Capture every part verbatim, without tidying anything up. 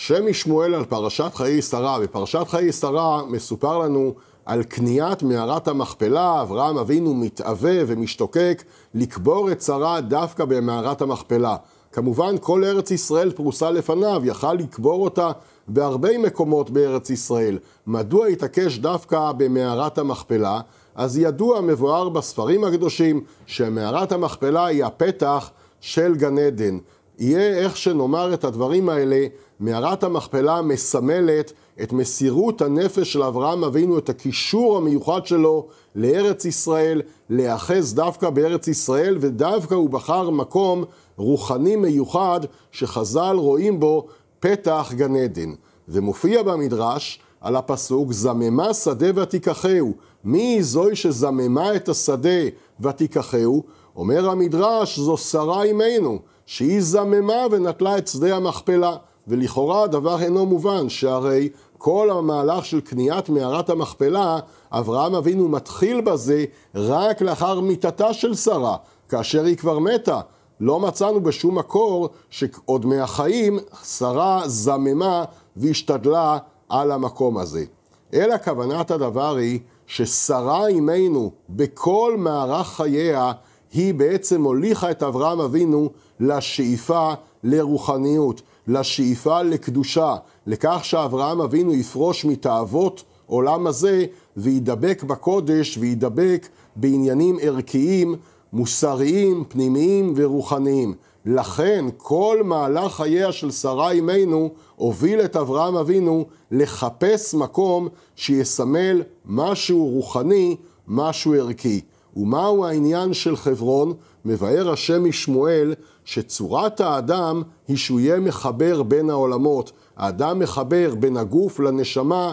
השם משמואל על פרשת חיי שרה. בפרשת חיי שרה מסופר לנו על קניית מערת המכפלה. אברהם אבינו מתאווה ומשתוקק לקבור את שרה דווקא במערת המכפלה. כמובן כל ארץ ישראל פרוסה לפניו, יכל לקבור אותה בהרבה מקומות בארץ ישראל. מדוע התעקש דווקא במערת המכפלה? אז ידוע מבואר בספרים הקדושים שמערת המכפלה היא הפתח של גן עדן. יהיה איך שנאמר את הדברים האלה, מערת המכפלה מסמלת את מסירות הנפש של אברהם אבינו, את הקישור המיוחד שלו לארץ ישראל, להיאחז דווקא בארץ ישראל, ודווקא הוא בחר מקום רוחני מיוחד שחז"ל רואים בו פתח גן עדן. ומופיע במדרש על הפסוק זממה שדה ותיקחהו. מי זוי שזממה את השדה ותיקחהו? אומר המדרש זו שרה אימנו, שהיא זממה ונטלה את שדה המכפלה. ולכאורה הדבר אינו מובן, שהרי כל המהלך של קניית מערת המכפלה, אברהם אבינו מתחיל בזה רק לאחר מיתתה של שרה, כאשר היא כבר מתה. לא מצאנו בשום מקור שעוד מהחיים שרה זממה והשתדלה על המקום הזה. אלא כוונת הדבר היא ששרה אימנו בכל מערך חייה היא בעצם הוליכה את אברהם אבינו לשאיפה לרוחניות, לשאיפה לקדושה, לכך שאברהם אבינו יפרוש מתאוות עולם הזה וידבק בקודש וידבק בעניינים ערכיים, מוסריים, פנימיים ורוחניים. לכן כל מהלך חייה של שרה אימנו הוביל את אברהם אבינו לחפש מקום שיסמל משהו רוחני, משהו ערכי. ומהו העניין של חברון? מבאר השם משמואל שצורת האדם היא שהוא יהיה מחבר בין העולמות. האדם מחבר בין הגוף לנשמה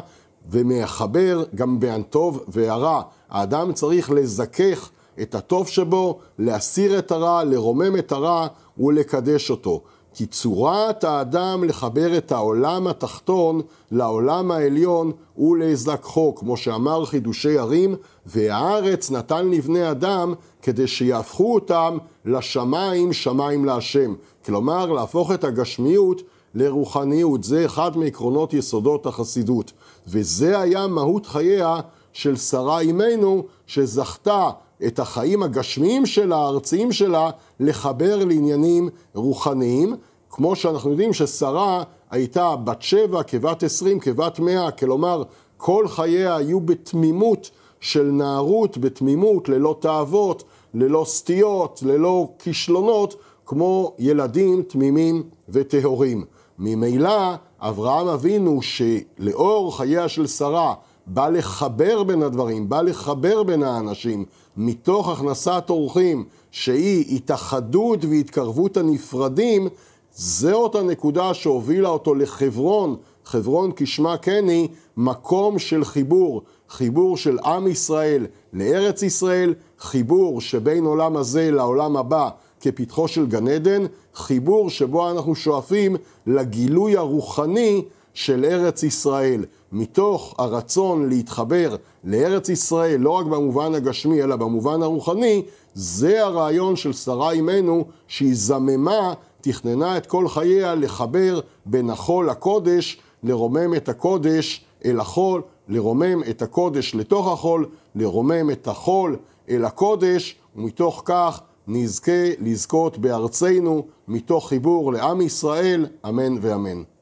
ומחבר גם בין טוב והרע. האדם צריך לזכך את הטוב שבו, להסיר את הרע, לרומם את הרע ולקדש אותו. כי צורת האדם לחבר את העולם התחתון לעולם העליון ולזכחו, כמו שאמר חידושי ערים, והארץ נתן לבני אדם כדי שיהפכו אותם לשמיים, שמיים להשם. כלומר, להפוך את הגשמיות לרוחניות. זה אחד מעקרונות יסודות החסידות. וזה היה מהות חייה של שרה אימנו, שזכתה את החיים הגשמיים שלה, הארציים שלה, לחבר לעניינים רוחניים, כמו שאנחנו יודעים ששרה הייתה בת שבע, כבת עשרים, כבת מאה, כלומר כל חייה היו בתמימות של נערות, בתמימות, ללא תאוות, ללא סטיות, ללא כישלונות, כמו ילדים תמימים וטהורים. ממילא אברהם אבינו שלאור חייה של שרה בא לחבר בין הדברים, בא לחבר בין האנשים, מתוך הכנסת אורחים שהיא התאחדות והתקרבות הנפרדים, זאת הנקודה שהובילה אותו לחברון. חברון כשמה כן היא מקום של חיבור, חיבור של עם ישראל לארץ ישראל, חיבור שבין עולם הזה לעולם הבא כפתחו של גן עדן, חיבור שבו אנחנו שואפים לגילוי הרוחני של ארץ ישראל, מתוך הרצון להתחבר לארץ ישראל, לא רק במובן הגשמי, אלא במובן הרוחני. זה הרעיון של שרה אימנו, שהיא זממה, תכננה את כל חייה לחבר בין החול לקודש, לרומם את הקודש אל החול, לרומם את הקודש לתוך החול, לרומם את החול אל הקודש, ומתוך כך נזכה לזכות בארצנו, מתוך חיבור לעם ישראל, אמן ואמן.